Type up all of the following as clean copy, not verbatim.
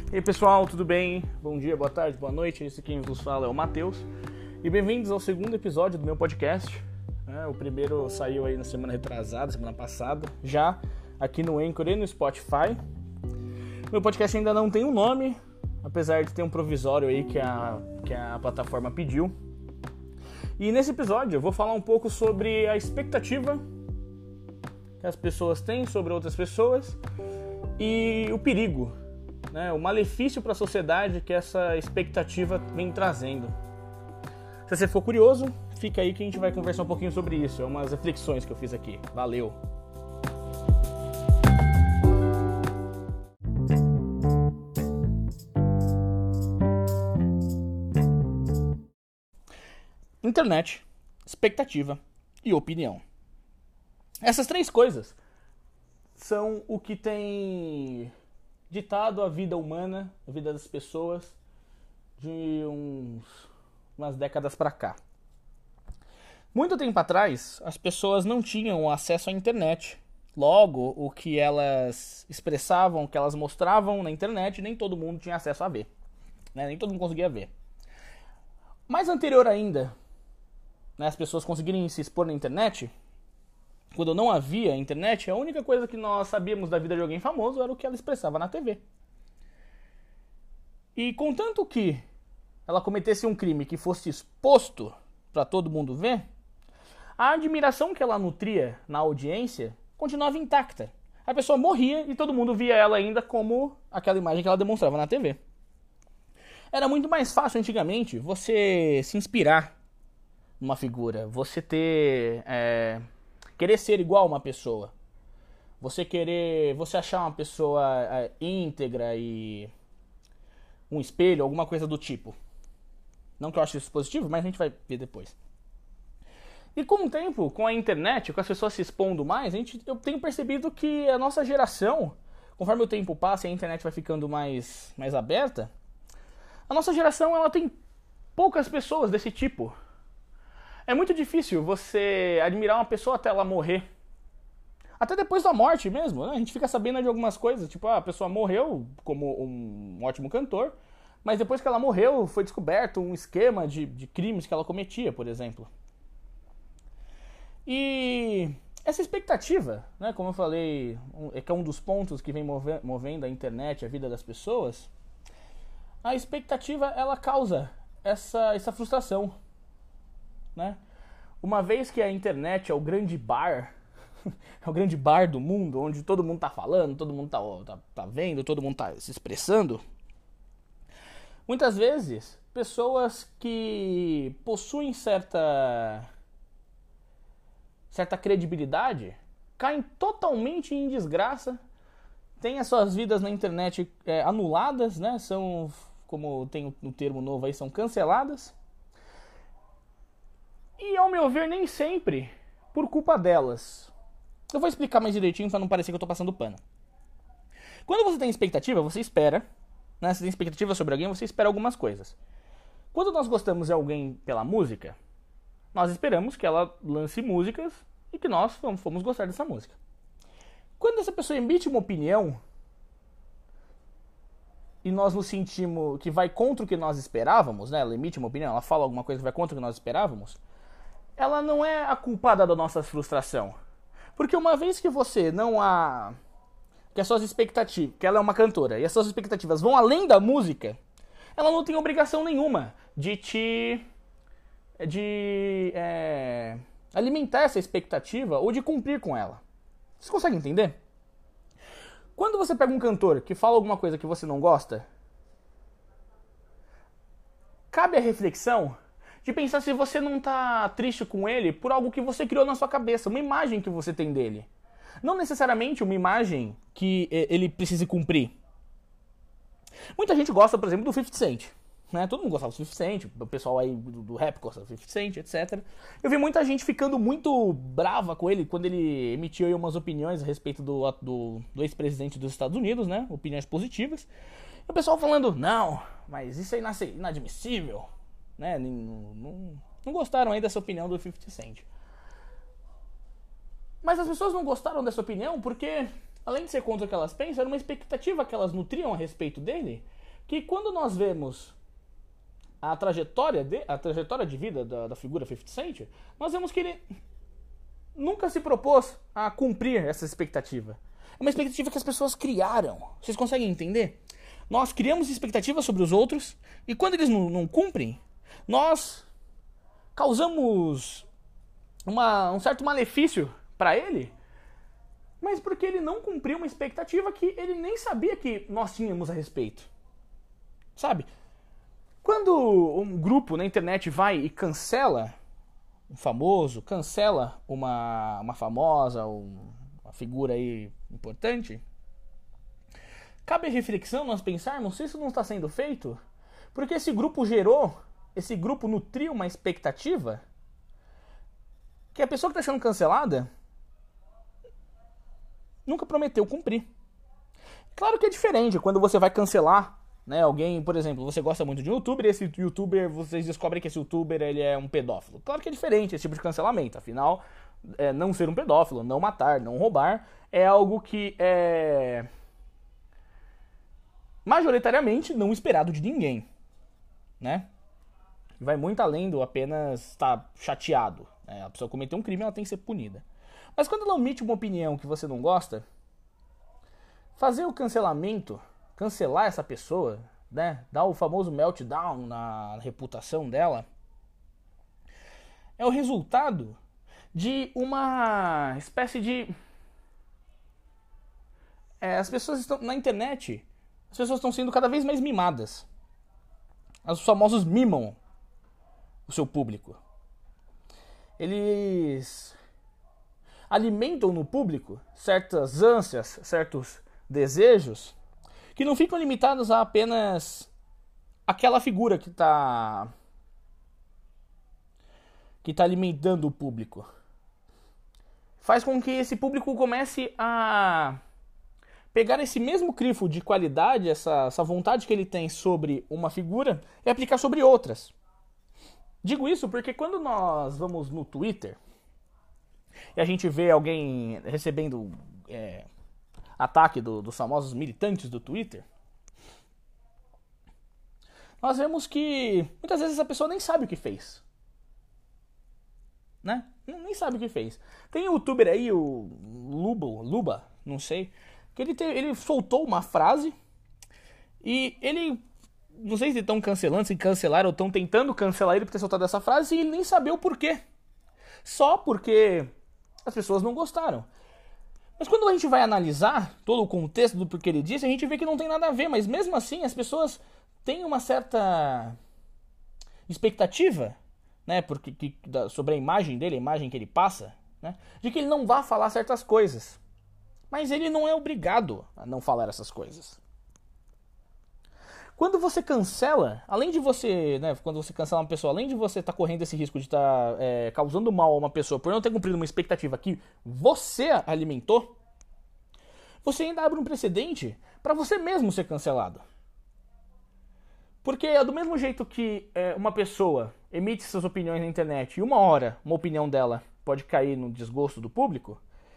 E aí pessoal, tudo bem? Bom dia, boa tarde, boa noite. Esse quem vos fala é o Matheus. E bem-vindos ao segundo episódio do meu podcast. O primeiro saiu aí na semana retrasada, semana passada, já aqui no Anchor e no Spotify. Meu podcast ainda não tem um nome, apesar de ter um provisório aí que a plataforma pediu. E nesse episódio eu vou falar um pouco sobre a expectativa que as pessoas têm sobre outras pessoas e o perigo, o malefício para a sociedade que essa expectativa vem trazendo. Se você for curioso, fica aí que a gente vai conversar um pouquinho sobre isso. É umas reflexões que eu fiz aqui. Valeu! Internet, expectativa e opinião. Essas três coisas são o que tem ditado a vida humana, a vida das pessoas de umas décadas para cá. Muito tempo atrás, as pessoas não tinham acesso à internet. Logo, o que elas expressavam, o que elas mostravam na internet, nem todo mundo tinha acesso a ver. Nem todo mundo conseguia ver. Mais anterior ainda, as pessoas conseguirem se expor na internet, quando não havia internet, a única coisa que nós sabíamos da vida de alguém famoso era o que ela expressava na TV. E contanto que ela cometesse um crime que fosse exposto para todo mundo ver, a admiração que ela nutria na audiência continuava intacta. A pessoa morria e todo mundo via ela ainda como aquela imagem que ela demonstrava na TV. Era muito mais fácil antigamente você se inspirar numa figura, você querer ser igual a uma pessoa, você achar uma pessoa íntegra e um espelho, alguma coisa do tipo. Não que eu ache isso positivo, mas a gente vai ver depois. E com o tempo, com a internet, com as pessoas se expondo mais, eu tenho percebido que a nossa geração, conforme o tempo passa e a internet vai ficando mais aberta, a nossa geração ela tem poucas pessoas desse tipo. É muito difícil você admirar uma pessoa até ela morrer. Até depois da morte mesmo, A gente fica sabendo de algumas coisas, tipo, a pessoa morreu como um ótimo cantor, mas depois que ela morreu foi descoberto um esquema de crimes que ela cometia, por exemplo. E essa expectativa, como eu falei, que é um dos pontos que vem movendo a internet, a vida das pessoas, a expectativa ela causa essa frustração. Uma vez que a internet é o grande bar, é o grande bar do mundo, onde todo mundo tá falando, todo mundo tá vendo, todo mundo tá se expressando, muitas vezes, pessoas que possuem certa credibilidade caem totalmente em desgraça, têm as suas vidas na internet anuladas, São, como tem no termo novo aí, são canceladas. E, ao meu ver, nem sempre por culpa delas. Eu vou explicar mais direitinho para não parecer que eu estou passando pano. Quando você tem expectativa, você espera. Você tem expectativa sobre alguém, você espera algumas coisas. Quando nós gostamos de alguém pela música, nós esperamos que ela lance músicas e que nós fomos gostar dessa música. Quando essa pessoa emite uma opinião e nós nos sentimos que vai contra o que nós esperávamos, ela emite uma opinião, ela fala alguma coisa que vai contra o que nós esperávamos, ela não é a culpada da nossa frustração. Porque uma vez que você não há... que as suas expectativas... que ela é uma cantora e as suas expectativas vão além da música, ela não tem obrigação nenhuma de alimentar essa expectativa ou de cumprir com ela. Você consegue entender? Quando você pega um cantor que fala alguma coisa que você não gosta, cabe a reflexão de pensar se você não tá triste com ele por algo que você criou na sua cabeça, uma imagem que você tem dele. Não necessariamente uma imagem que ele precise cumprir. Muita gente gosta, por exemplo, do 50 Cent. Todo mundo gostava do 50 Cent, o pessoal aí do rap gosta do 50 Cent, etc. Eu vi muita gente ficando muito brava com ele quando ele emitiu aí umas opiniões a respeito do ex-presidente dos Estados Unidos, opiniões positivas. E o pessoal falando, não, mas isso é inadmissível. Não gostaram aí dessa opinião do 50 Cent. Mas as pessoas não gostaram dessa opinião porque, além de ser contra o que elas pensam, era uma expectativa que elas nutriam a respeito dele, que quando nós vemos a trajetória de vida da figura 50 Cent, nós vemos que ele nunca se propôs a cumprir essa expectativa. É uma expectativa que as pessoas criaram. Vocês conseguem entender? Nós criamos expectativas sobre os outros e quando eles não cumprem, nós causamos um certo malefício para ele, mas porque ele não cumpriu uma expectativa que ele nem sabia que nós tínhamos a respeito. Sabe? Quando um grupo na internet vai e cancela um famoso, cancela uma famosa, uma figura aí importante, cabe a reflexão nós pensarmos se isso não está sendo feito porque esse grupo nutriu uma expectativa que a pessoa que está sendo cancelada nunca prometeu cumprir. Claro que é diferente quando você vai cancelar, né, alguém, por exemplo, você gosta muito de um youtuber e esse youtuber, vocês descobrem que esse youtuber ele é um pedófilo. Claro que é diferente esse tipo de cancelamento, afinal, não ser um pedófilo, não matar, não roubar, é algo que é majoritariamente não esperado de ninguém, né? Vai muito além do apenas estar chateado. Né? A pessoa cometeu um crime, ela tem que ser punida. Mas quando ela omite uma opinião que você não gosta, fazer o cancelamento, cancelar essa pessoa, né, dar o famoso meltdown na reputação dela, é o resultado de uma espécie de... as pessoas estão na internet, as pessoas estão sendo cada vez mais mimadas. Os famosos mimam o seu público. Eles alimentam no público certas ânsias, certos desejos que não ficam limitados a apenas aquela figura que está alimentando o público. Faz com que esse público comece a pegar esse mesmo crivo de qualidade, essa vontade que ele tem sobre uma figura e aplicar sobre outras. Digo isso porque quando nós vamos no Twitter e a gente vê alguém recebendo ataque dos famosos militantes do Twitter, nós vemos que muitas vezes essa pessoa nem sabe o que fez. Né? Nem sabe o que fez. Tem um youtuber aí, o Luba, não sei, que ele soltou uma frase e ele, não sei se estão cancelando, se cancelaram ou estão tentando cancelar ele por ter soltado essa frase e ele nem sabia o porquê. Só porque as pessoas não gostaram. Mas quando a gente vai analisar todo o contexto do porquê ele disse, a gente vê que não tem nada a ver, mas mesmo assim as pessoas têm uma certa expectativa, né, sobre a imagem dele, a imagem que ele passa, né, de que ele não vá falar certas coisas. Mas ele não é obrigado a não falar essas coisas. Quando você cancela, além de você, né, quando você cancela uma pessoa, além de você estar correndo esse risco de estar causando mal a uma pessoa por não ter cumprido uma expectativa que você alimentou, você ainda abre um precedente para você mesmo ser cancelado. Porque é do mesmo jeito que uma pessoa emite suas opiniões na internet e uma hora uma opinião dela pode cair no desgosto do público,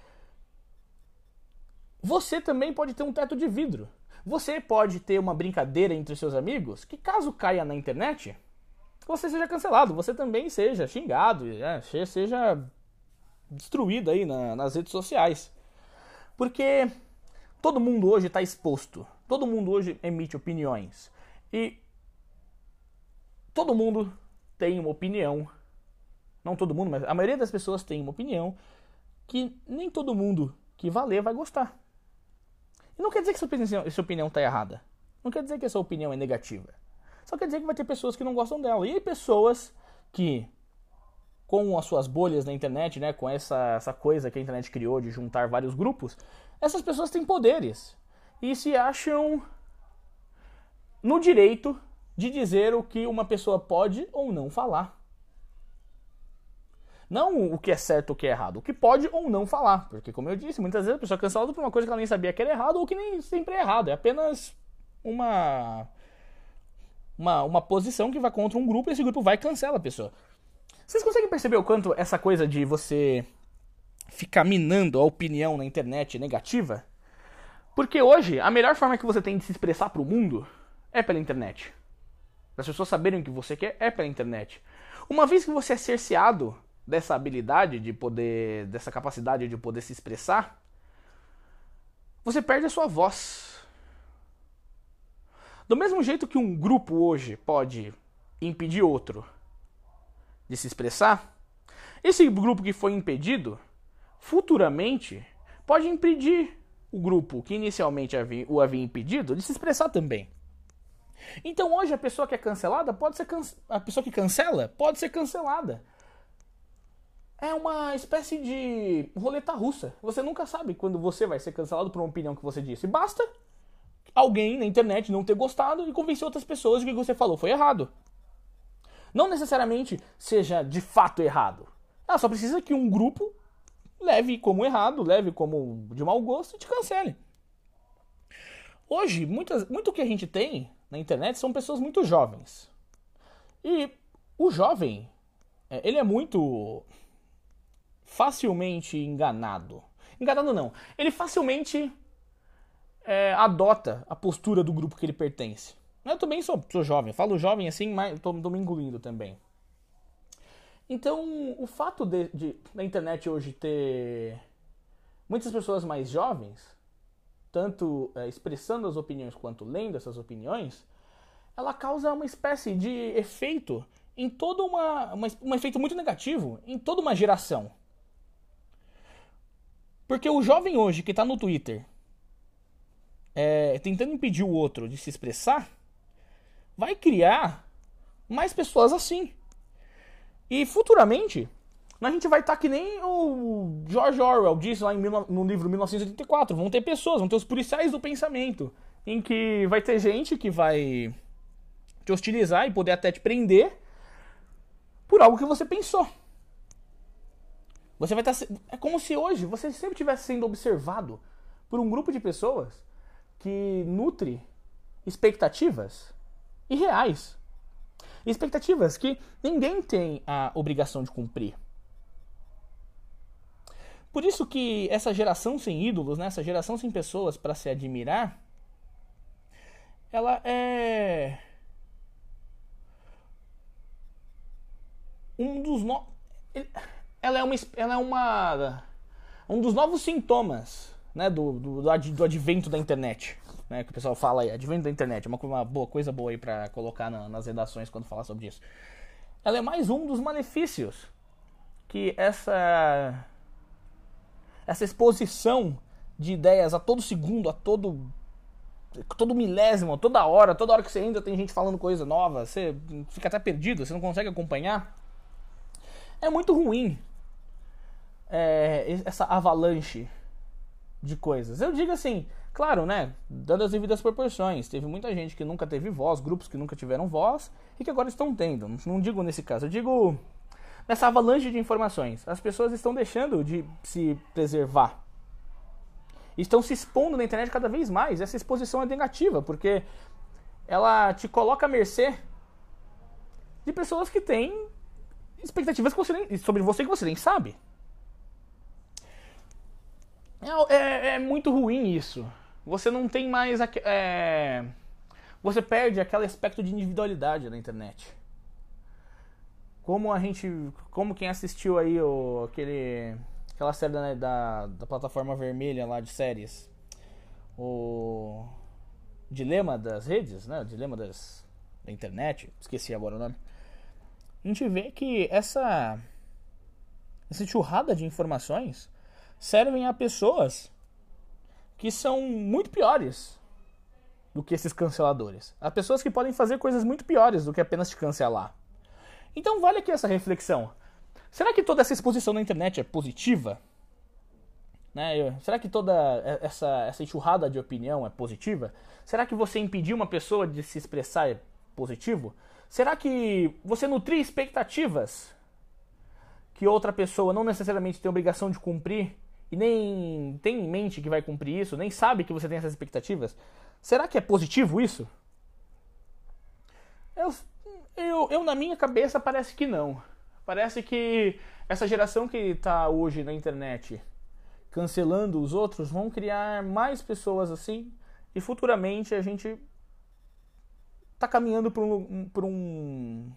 você também pode ter um teto de vidro. Você pode ter uma brincadeira entre seus amigos que, caso caia na internet, você seja cancelado, você também seja xingado, seja destruído aí nas redes sociais. Porque todo mundo hoje está exposto, todo mundo hoje emite opiniões. E todo mundo tem uma opinião, não todo mundo, mas a maioria das pessoas tem uma opinião que nem todo mundo que vai ler vai gostar. E não quer dizer que sua opinião está errada. Não quer dizer que a sua opinião é negativa. Só quer dizer que vai ter pessoas que não gostam dela. E pessoas que, com as suas bolhas na internet, né, com essa coisa que a internet criou de juntar vários grupos, essas pessoas têm poderes. E se acham no direito de dizer o que uma pessoa pode ou não falar. Não o que é certo ou o que é errado, o que pode ou não falar. Porque, como eu disse, muitas vezes a pessoa é cancelada por uma coisa que ela nem sabia que era errado ou que nem sempre é errado. É apenas uma posição que vai contra um grupo e esse grupo vai e cancela a pessoa. Vocês conseguem perceber o quanto essa coisa de você ficar minando a opinião na internet é negativa? Porque hoje, a melhor forma que você tem de se expressar para o mundo é pela internet. Para as pessoas saberem o que você quer, é pela internet. Uma vez que você é cerceado dessa habilidade de poder, dessa capacidade de poder se expressar, você perde a sua voz. Do mesmo jeito que um grupo hoje pode impedir outro de se expressar, esse grupo que foi impedido, futuramente, pode impedir o grupo que inicialmente o havia impedido de se expressar também. Então hoje a pessoa que é cancelada pode ser a pessoa que cancela pode ser cancelada. É uma espécie de roleta russa. Você nunca sabe quando você vai ser cancelado por uma opinião que você disse. Basta alguém na internet não ter gostado e convencer outras pessoas de que o que você falou foi errado. Não necessariamente seja de fato errado. Ela só precisa que um grupo leve como errado, leve como de mau gosto e te cancele. Hoje, muito que a gente tem na internet são pessoas muito jovens. E o jovem, ele é muito facilmente enganado. Enganado não. Ele facilmente adota a postura do grupo que ele pertence. Eu também sou jovem. Falo jovem assim, mas tô me engolindo também. Então, o fato da internet hoje ter muitas pessoas mais jovens, tanto expressando as opiniões quanto lendo essas opiniões, ela causa uma espécie de efeito em toda um efeito muito negativo em toda uma geração. Porque o jovem hoje que está no Twitter tentando impedir o outro de se expressar, vai criar mais pessoas assim. E futuramente, a gente vai estar que nem o George Orwell disse lá no livro 1984. Vão ter pessoas, vão ter os policiais do pensamento, em que vai ter gente que vai te hostilizar e poder até te prender por algo que você pensou. Você vai estar... É como se hoje você sempre estivesse sendo observado por um grupo de pessoas que nutre expectativas irreais. Expectativas que ninguém tem a obrigação de cumprir. Por isso que essa geração sem ídolos, né, essa geração sem pessoas para se admirar, ela é um dos um dos novos sintomas, né, do advento da internet, né, que o pessoal fala aí, advento da internet, é uma coisa boa aí para colocar nas redações quando falar sobre isso. Ela é mais um dos malefícios que essa exposição de ideias a todo segundo, a todo milésimo, toda hora que você entra tem gente falando coisa nova, você fica até perdido, você não consegue acompanhar. É muito ruim essa avalanche de coisas. Eu digo assim, claro, né, dando as devidas proporções, teve muita gente que nunca teve voz, grupos que nunca tiveram voz e que agora estão tendo. Não digo nesse caso, eu digo nessa avalanche de informações. As pessoas estão deixando de se preservar. Estão se expondo na internet cada vez mais. Essa exposição é negativa, porque ela te coloca à mercê de pessoas que têm expectativas sobre você que você nem sabe. É muito ruim isso. Você não tem mais... você perde aquele aspecto de individualidade na internet. Como quem assistiu aí aquela série da plataforma vermelha lá de séries, o Dilema das Redes, né? O Dilema da internet, esqueci agora o nome. A gente vê que essa enxurrada de informações servem a pessoas que são muito piores do que esses canceladores. Há pessoas que podem fazer coisas muito piores do que apenas te cancelar. Então vale aqui essa reflexão. Será que toda essa exposição na internet é positiva? Né? Será que toda essa enxurrada de opinião é positiva? Será que você impedir uma pessoa de se expressar é positivo? Será que você nutrir expectativas que outra pessoa não necessariamente tem obrigação de cumprir e nem tem em mente que vai cumprir isso, nem sabe que você tem essas expectativas? Será que é positivo isso? Eu na minha cabeça parece que não. Parece que essa geração que está hoje na internet cancelando os outros vão criar mais pessoas assim e futuramente a gente tá caminhando por um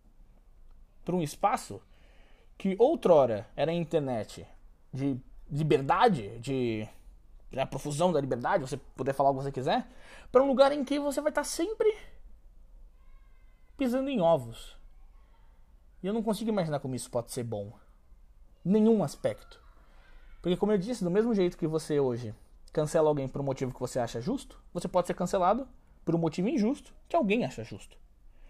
espaço que outrora era a internet de liberdade, de a profusão da liberdade, você poder falar o que você quiser, para um lugar em que você vai estar sempre pisando em ovos. E eu não consigo imaginar como isso pode ser bom. Nenhum aspecto. Porque, como eu disse, do mesmo jeito que você hoje cancela alguém por um motivo que você acha justo, você pode ser cancelado por um motivo injusto que alguém acha justo.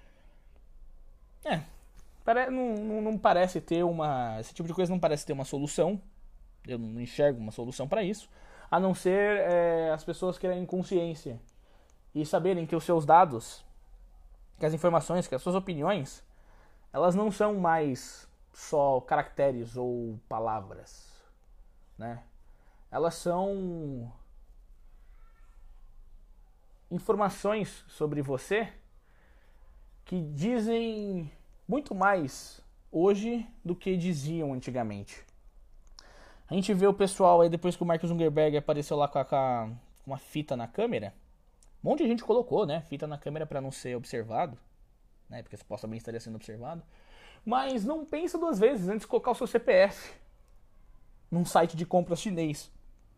Não parece ter uma... Esse tipo de coisa não parece ter uma solução. Eu não enxergo uma solução para isso. A não ser as pessoas terem consciência e saberem que os seus dados, que as informações, que as suas opiniões, elas não são mais só caracteres ou palavras, né? Elas são informações sobre você que dizem muito mais hoje do que diziam antigamente. A gente vê o pessoal aí, depois que o Mark Zuckerberg apareceu lá com uma fita na câmera, um monte de gente colocou, né, fita na câmera para não ser observado, né, porque supostamente estaria sendo observado. Mas não pensa duas vezes antes de colocar o seu CPF num site de compras chinês.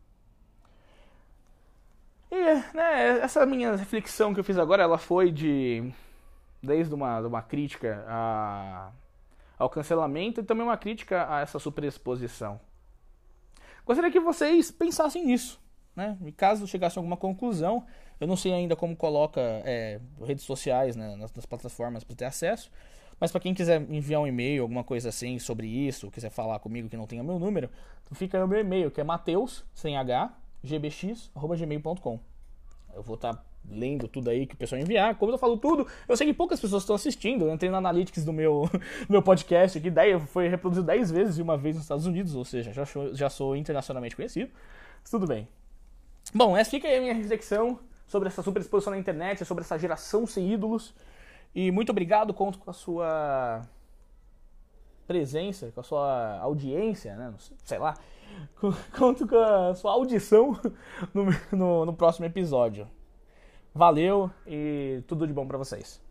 E, né, essa minha reflexão que eu fiz agora, ela foi desde uma crítica ao cancelamento e também uma crítica a essa superexposição. Gostaria que vocês pensassem nisso, né? E caso chegasse a alguma conclusão, eu não sei ainda como coloca redes sociais, né, nas plataformas para ter acesso, mas para quem quiser enviar um e-mail, alguma coisa assim sobre isso, quiser falar comigo que não tenha meu número, então fica aí o meu e-mail, que é mateus, sem h, gbx@gmail.com. Eu vou estar lendo tudo aí que o pessoal enviar. Como eu falo tudo, eu sei que poucas pessoas estão assistindo. Eu entrei na Analytics do meu podcast aqui, foi reproduzido 10 vezes e uma vez nos Estados Unidos, ou seja, já sou internacionalmente conhecido. Mas tudo bem. Bom, essa fica aí a minha reflexão sobre essa superexposição na internet, sobre essa geração sem ídolos. E muito obrigado, conto com a sua presença, com a sua audiência, né? Sei lá. Conto com a sua audição no próximo episódio. Valeu e tudo de bom pra vocês.